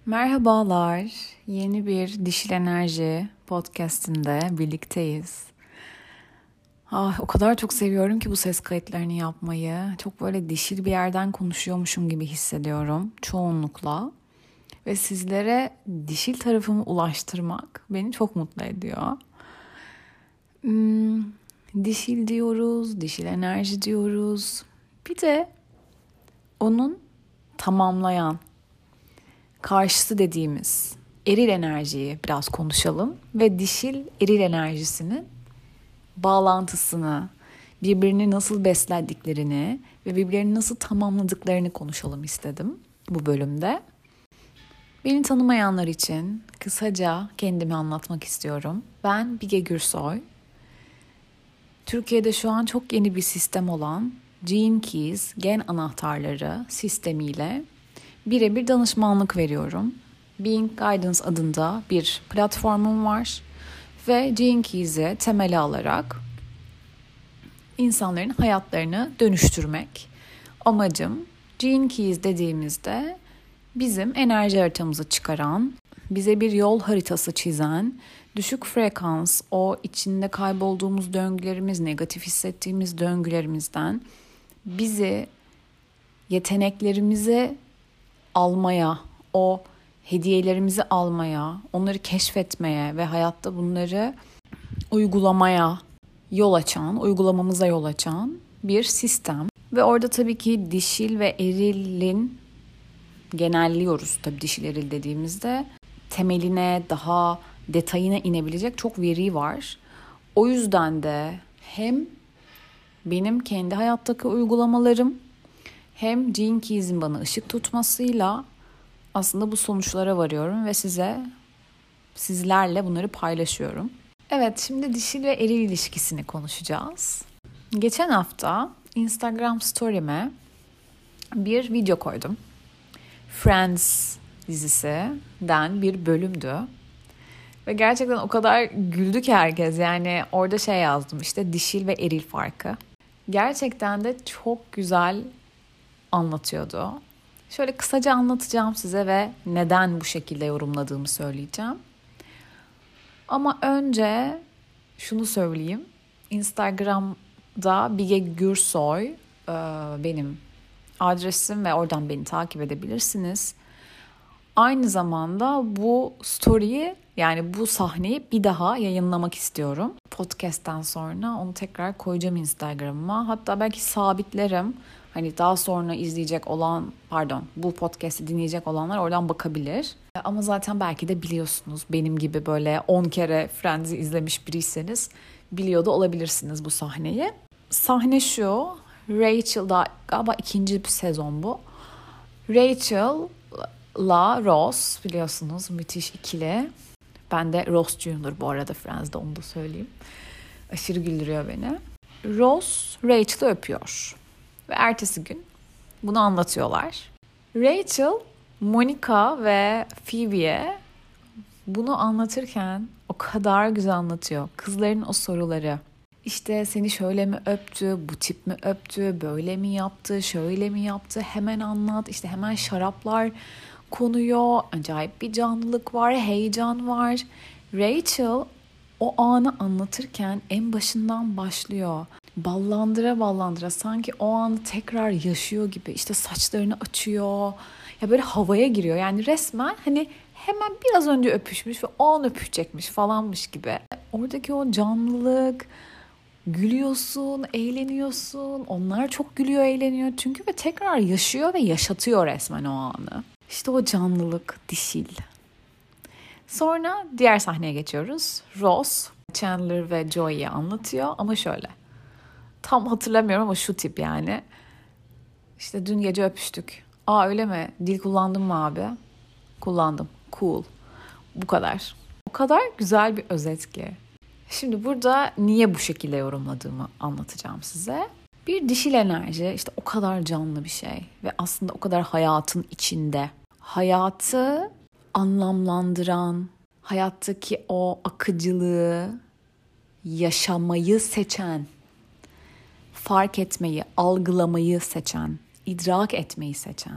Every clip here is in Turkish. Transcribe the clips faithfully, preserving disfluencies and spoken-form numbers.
Merhabalar, yeni bir Dişil Enerji podcastinde birlikteyiz. Ah, o kadar çok seviyorum ki bu ses kayıtlarını yapmayı. Çok böyle dişil bir yerden konuşuyormuşum gibi hissediyorum çoğunlukla. Ve sizlere dişil tarafımı ulaştırmak beni çok mutlu ediyor. Hmm, dişil diyoruz, dişil enerji diyoruz. Bir de onun tamamlayan, karşısı dediğimiz eril enerjiyi biraz konuşalım ve dişil eril enerjisinin bağlantısını, birbirini nasıl beslediklerini ve birbirlerini nasıl tamamladıklarını konuşalım istedim bu bölümde. Beni tanımayanlar için kısaca kendimi anlatmak istiyorum. Ben Bige Gürsoy. Türkiye'de şu an çok yeni bir sistem olan Gene Keys gen anahtarları sistemiyle birebir danışmanlık veriyorum. Being Guidance adında bir platformum var ve Gene Keys'i temeli alarak insanların hayatlarını dönüştürmek. Amacım Gene Keys dediğimizde bizim enerji haritamızı çıkaran, bize bir yol haritası çizen, düşük frekans, o içinde kaybolduğumuz döngülerimiz, negatif hissettiğimiz döngülerimizden bizi yeteneklerimizi almaya, o hediyelerimizi almaya, onları keşfetmeye ve hayatta bunları uygulamaya yol açan, uygulamamıza yol açan bir sistem. Ve orada tabii ki dişil ve erilin genelliyoruz tabii dişil eril dediğimizde temeline, daha detayına inebilecek çok veri var. O yüzden de hem benim kendi hayattaki uygulamalarım hem Gene Keys'in bana ışık tutmasıyla aslında bu sonuçlara varıyorum ve size, sizlerle bunları paylaşıyorum. Evet, şimdi dişil ve eril ilişkisini konuşacağız. Geçen hafta Instagram story'me bir video koydum. Friends dizisinden bir bölümdü. Ve gerçekten o kadar güldü ki herkes. Yani orada şey yazdım işte dişil ve eril farkı. Gerçekten de çok güzel anlatıyordu. Şöyle kısaca anlatacağım size ve neden bu şekilde yorumladığımı söyleyeceğim. Ama önce şunu söyleyeyim. Instagram'da Bige Gürsoy benim adresim ve oradan beni takip edebilirsiniz. Aynı zamanda bu story'yi, yani bu sahneyi bir daha yayınlamak istiyorum. Podcast'ten sonra onu tekrar koyacağım Instagram'ıma. Hatta belki sabitlerim. Hani daha sonra izleyecek olan, pardon bu podcast'i dinleyecek olanlar oradan bakabilir. Ama zaten belki de biliyorsunuz, benim gibi böyle on kere Friends'i izlemiş biriyseniz biliyor da olabilirsiniz bu sahneyi. Sahne şu, Rachel'da galiba ikinci sezon bu. Rachel'la Ross, biliyorsunuz müthiş ikili. Ben de Ross'cuyumdur bu arada Friends'de, onu da söyleyeyim. Aşırı güldürüyor beni. Ross Rachel'ı öpüyor. Ve ertesi gün bunu anlatıyorlar. Rachel, Monica ve Phoebe'ye bunu anlatırken o kadar güzel anlatıyor. Kızların o soruları. İşte seni şöyle mi öptü, bu tip mi öptü, böyle mi yaptı, şöyle mi yaptı, hemen anlat. İşte hemen şaraplar konuyor. Acayip bir canlılık var, heyecan var. Rachel o anı anlatırken en başından başlıyor. Ballandıra ballandıra sanki o anı tekrar yaşıyor gibi. İşte saçlarını açıyor. Ya böyle havaya giriyor. Yani resmen hani hemen biraz önce öpüşmüş ve o an öpüşecekmiş falanmış gibi. Oradaki o canlılık, gülüyorsun, eğleniyorsun. Onlar çok gülüyor, eğleniyor. Çünkü ve tekrar yaşıyor ve yaşatıyor resmen o anı. İşte o canlılık, dişil. Sonra diğer sahneye geçiyoruz. Ross, Chandler ve Joey'yi anlatıyor ama şöyle. Tam hatırlamıyorum ama şu tip yani. İşte dün gece öpüştük. Aa öyle mi? Dil kullandın mı abi? Kullandım. Cool. Bu kadar. O kadar güzel bir özet ki. Şimdi burada niye bu şekilde yorumladığımı anlatacağım size. Bir dişil enerji işte o kadar canlı bir şey ve aslında o kadar hayatın içinde. Hayatı anlamlandıran, hayattaki o akıcılığı yaşamayı seçen, fark etmeyi, algılamayı seçen, idrak etmeyi seçen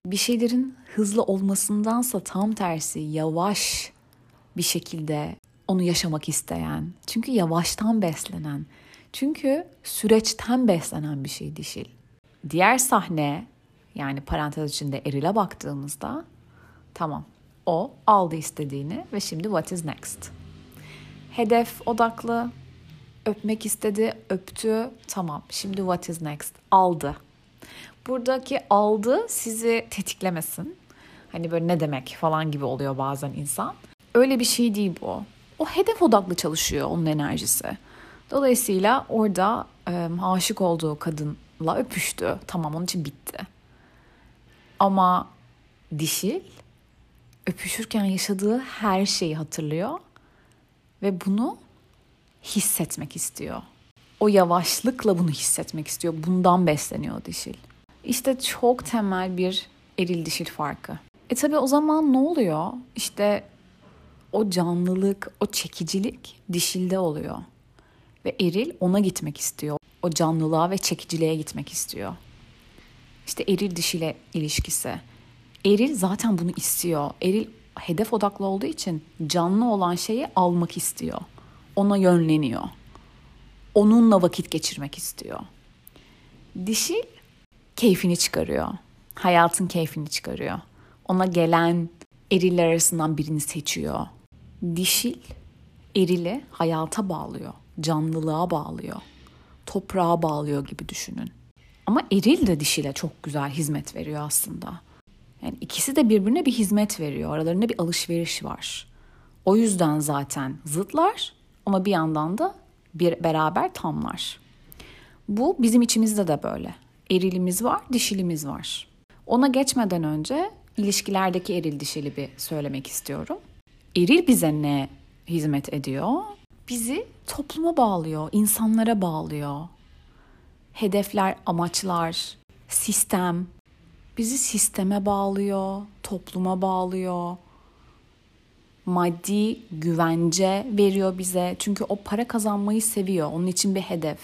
Bir şeylerin hızlı olmasındansa tam tersi yavaş bir şekilde onu yaşamak isteyen. Çünkü yavaştan beslenen. Çünkü süreçten beslenen bir şey dişil. Diğer sahne, yani parantez içinde erile baktığımızda tamam, o aldı istediğini ve şimdi what is next? Hedef odaklı, öpmek istedi, öptü, tamam, şimdi what is next? Aldı. Buradaki aldı sizi tetiklemesin. Hani böyle ne demek falan gibi oluyor bazen insan. Öyle bir şey değil bu. O hedef odaklı çalışıyor onun enerjisi. Dolayısıyla orada e, aşık olduğu kadınla öpüştü. Tamam, onun için bitti. Ama dişil öpüşürken yaşadığı her şeyi hatırlıyor ve bunu hissetmek istiyor. O yavaşlıkla bunu hissetmek istiyor. Bundan besleniyor dişil. İşte çok temel bir eril dişil farkı. E tabii o zaman ne oluyor? İşte o canlılık, o çekicilik dişilde oluyor. Ve eril ona gitmek istiyor. O canlılığa ve çekiciliğe gitmek istiyor. İşte eril dişile ilişkisi. Eril zaten bunu istiyor. Eril hedef odaklı olduğu için canlı olan şeyi almak istiyor. Ona yönleniyor. Onunla vakit geçirmek istiyor. Dişil keyfini çıkarıyor. Hayatın keyfini çıkarıyor. Ona gelen eriller arasından birini seçiyor. Dişil erili hayata bağlıyor. Canlılığa bağlıyor. Toprağa bağlıyor gibi düşünün. Ama eril de dişile çok güzel hizmet veriyor aslında. Yani ikisi de birbirine bir hizmet veriyor. Aralarında bir alışveriş var. O yüzden zaten zıtlar ama bir yandan da bir beraber tamlar. Bu bizim içimizde de böyle. Erilimiz var, dişilimiz var. Ona geçmeden önce ilişkilerdeki eril dişili bir söylemek istiyorum. Eril bize ne hizmet ediyor? Bizi topluma bağlıyor, insanlara bağlıyor. Hedefler, amaçlar, sistem bizi sisteme bağlıyor, topluma bağlıyor. Maddi güvence veriyor bize. Çünkü o para kazanmayı seviyor. Onun için bir hedef.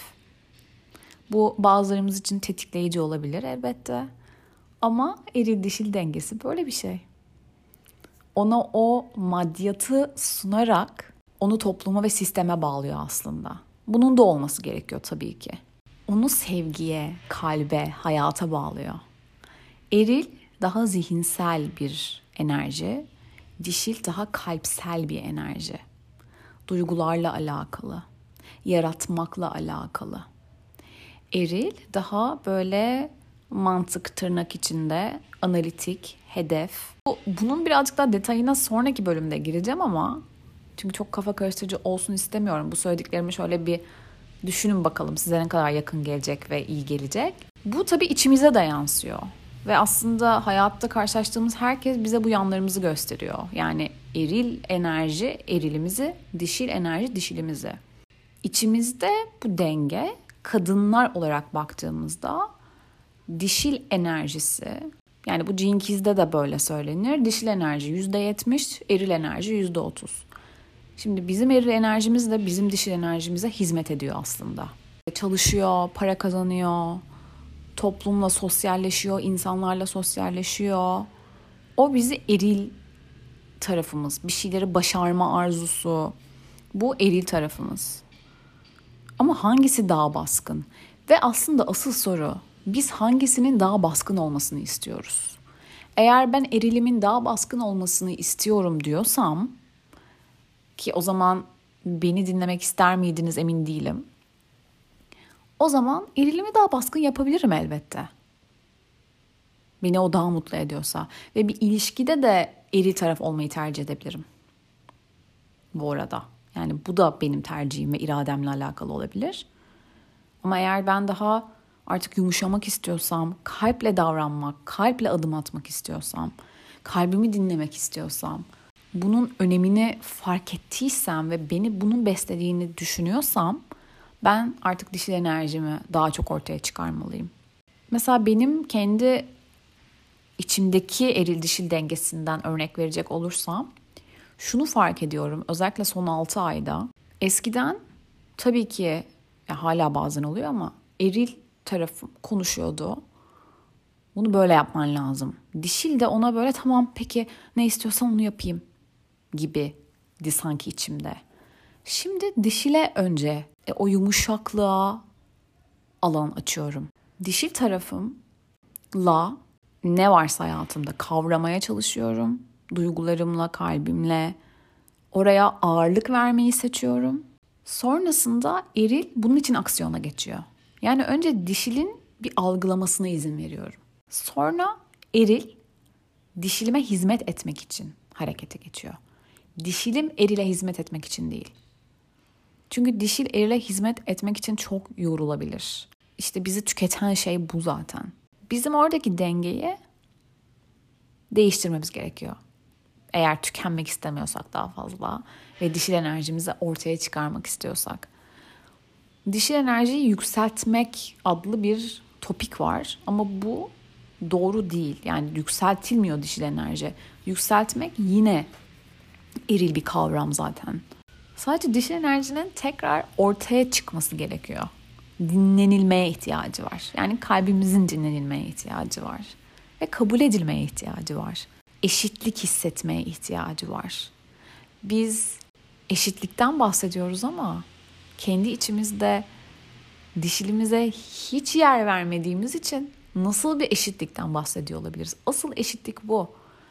Bu bazılarımız için tetikleyici olabilir elbette. Ama eril dişil dengesi böyle bir şey. Ona o maddiyatı sunarak onu topluma ve sisteme bağlıyor aslında. Bunun da olması gerekiyor tabii ki. Onu sevgiye, kalbe, hayata bağlıyor. Eril daha zihinsel bir enerji, dişil daha kalpsel bir enerji. Duygularla alakalı, yaratmakla alakalı. Eril daha böyle mantık tırnak içinde, analitik, hedef. Bu, bunun birazcık daha detayına sonraki bölümde gireceğim ama çünkü çok kafa karıştırıcı olsun istemiyorum. Bu söylediklerimi şöyle bir düşünün bakalım size ne kadar yakın gelecek ve iyi gelecek. Bu tabii içimize de yansıyor. Ve aslında hayatta karşılaştığımız herkes bize bu yanlarımızı gösteriyor. Yani eril enerji erilimizi, dişil enerji dişilimizi. İçimizde bu denge kadınlar olarak baktığımızda dişil enerjisi, yani bu Gene Keys'de de böyle söylenir. Dişil enerji yüzde yetmiş, eril enerji yüzde otuz. Şimdi bizim eril enerjimiz de bizim dişil enerjimize hizmet ediyor aslında. Çalışıyor, para kazanıyor, toplumla sosyalleşiyor, insanlarla sosyalleşiyor. O bizi eril tarafımız, bir şeyleri başarma arzusu. Bu eril tarafımız. Ama hangisi daha baskın? Ve aslında asıl soru, biz hangisinin daha baskın olmasını istiyoruz? Eğer ben erilimin daha baskın olmasını istiyorum diyorsam, ki o zaman beni dinlemek ister miydiniz emin değilim. O zaman erilimi daha baskın yapabilirim elbette. Beni o daha mutlu ediyorsa. Ve bir ilişkide de eril taraf olmayı tercih edebilirim. Bu arada. Yani bu da benim tercihim ve irademle alakalı olabilir. Ama eğer ben daha artık yumuşamak istiyorsam, kalple davranmak, kalple adım atmak istiyorsam, kalbimi dinlemek istiyorsam, bunun önemini fark ettiysem ve beni bunun beslediğini düşünüyorsam, ben artık dişil enerjimi daha çok ortaya çıkarmalıyım. Mesela benim kendi içimdeki eril dişil dengesinden örnek verecek olursam, şunu fark ediyorum özellikle son altı ayda. Eskiden tabii ki ya hala bazen oluyor ama eril tarafım konuşuyordu. Bunu böyle yapman lazım. Dişil de ona böyle tamam peki ne istiyorsan onu yapayım gibi di sanki içimde. Şimdi dişile önce e, o yumuşaklığa alan açıyorum. Dişil tarafımla ne varsa hayatımda kavramaya çalışıyorum. Duygularımla, kalbimle oraya ağırlık vermeyi seçiyorum. Sonrasında eril bunun için aksiyona geçiyor. Yani önce dişilin bir algılamasına izin veriyorum. Sonra eril dişilime hizmet etmek için harekete geçiyor. Dişilim erile hizmet etmek için değil. Çünkü dişil erile hizmet etmek için çok yorulabilir. İşte bizi tüketen şey bu zaten. Bizim oradaki dengeyi değiştirmemiz gerekiyor. Eğer tükenmek istemiyorsak daha fazla ve dişil enerjimizi ortaya çıkarmak istiyorsak. Dişil enerjiyi yükseltmek adlı bir topik var ama bu doğru değil. Yani yükseltilmiyor dişil enerji. Yükseltmek yine eril bir kavram zaten. Sadece dişil enerjinin tekrar ortaya çıkması gerekiyor. Dinlenilmeye ihtiyacı var. Yani kalbimizin dinlenilmeye ihtiyacı var. Ve kabul edilmeye ihtiyacı var. Eşitlik hissetmeye ihtiyacı var. Biz eşitlikten bahsediyoruz ama kendi içimizde dişilimize hiç yer vermediğimiz için nasıl bir eşitlikten bahsediyor olabiliriz? Asıl eşitlik bu.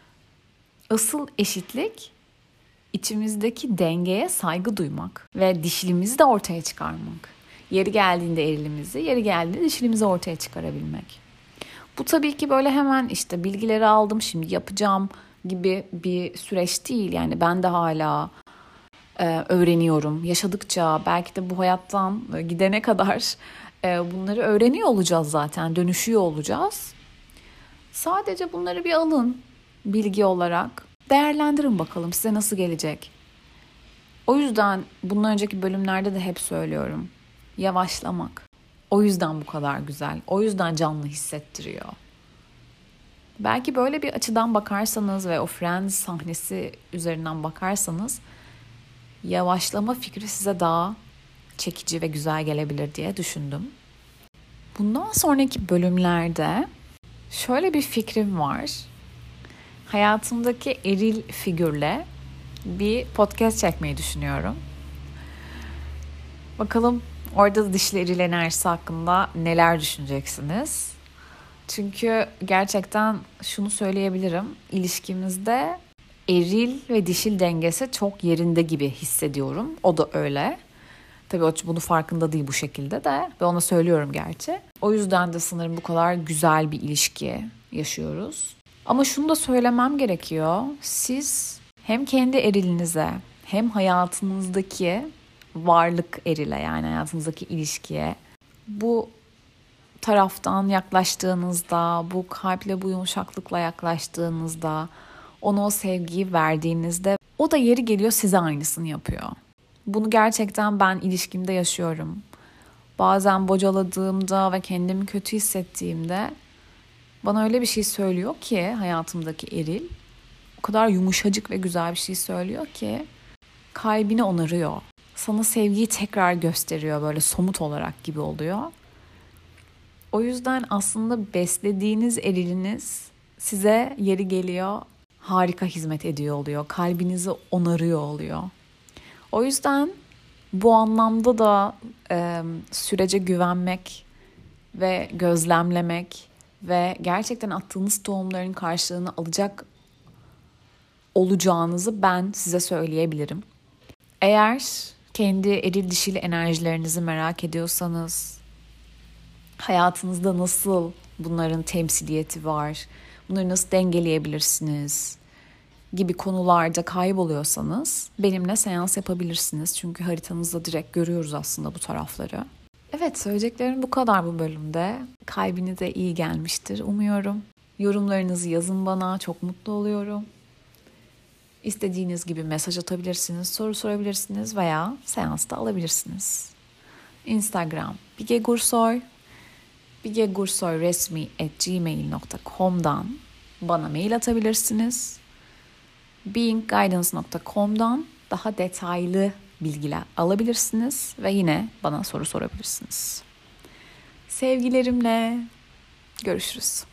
Asıl eşitlik içimizdeki dengeye saygı duymak ve dişilimizi de ortaya çıkarmak. Yeri geldiğinde erilimizi, yeri geldiğinde dişilimizi ortaya çıkarabilmek. Bu tabii ki böyle hemen işte bilgileri aldım şimdi yapacağım gibi bir süreç değil. Yani ben de hala e, öğreniyorum. Yaşadıkça belki de bu hayattan gidene kadar e, bunları öğreniyor olacağız zaten. Dönüşüyor olacağız. Sadece bunları bir alın bilgi olarak. Değerlendirin bakalım size nasıl gelecek. O yüzden bundan önceki bölümlerde de hep söylüyorum. Yavaşlamak. O yüzden bu kadar güzel. O yüzden canlı hissettiriyor. Belki böyle bir açıdan bakarsanız ve o Friends sahnesi üzerinden bakarsanız yavaşlama fikri size daha çekici ve güzel gelebilir diye düşündüm. Bundan sonraki bölümlerde şöyle bir fikrim var. Hayatımdaki eril figürle bir podcast çekmeyi düşünüyorum. Bakalım orada da dişli eril enerjisi hakkında neler düşüneceksiniz? Çünkü gerçekten şunu söyleyebilirim. İlişkimizde eril ve dişil dengesi çok yerinde gibi hissediyorum. O da öyle. Tabii o bunu farkında değil bu şekilde de. Ve ona söylüyorum gerçi. O yüzden de sanırım bu kadar güzel bir ilişki yaşıyoruz. Ama şunu da söylemem gerekiyor. Siz hem kendi erilinize hem hayatınızdaki varlık erile yani hayatınızdaki ilişkiye bu taraftan yaklaştığınızda, bu kalple bu yumuşaklıkla yaklaştığınızda, ona o sevgiyi verdiğinizde o da yeri geliyor size aynısını yapıyor. Bunu gerçekten ben ilişkimde yaşıyorum. Bazen bocaladığımda ve kendimi kötü hissettiğimde bana öyle bir şey söylüyor ki hayatımdaki eril, o kadar yumuşacık ve güzel bir şey söylüyor ki kalbini onarıyor. Sana sevgiyi tekrar gösteriyor böyle somut olarak gibi oluyor. O yüzden aslında beslediğiniz eriliniz size yeri geliyor harika hizmet ediyor oluyor. Kalbinizi onarıyor oluyor. O yüzden bu anlamda da e, sürece güvenmek ve gözlemlemek ve gerçekten attığınız tohumların karşılığını alacak olacağınızı ben size söyleyebilirim. Eğer kendi eril dişil enerjilerinizi merak ediyorsanız, hayatınızda nasıl bunların temsiliyeti var, bunları nasıl dengeleyebilirsiniz gibi konularda kayboluyorsanız benimle seans yapabilirsiniz. Çünkü haritanızda direkt görüyoruz aslında bu tarafları. Evet, söyleyeceklerim bu kadar bu bölümde. Kalbinize iyi gelmiştir umuyorum. Yorumlarınızı yazın bana, çok mutlu oluyorum. İstediğiniz gibi mesaj atabilirsiniz, soru sorabilirsiniz veya seansta alabilirsiniz. Instagram Bige Gursoy, bigegursoyresmi at gmail dot com'dan bana mail atabilirsiniz. being guidance dot com'dan daha detaylı bilgiler alabilirsiniz ve yine bana soru sorabilirsiniz. Sevgilerimle görüşürüz.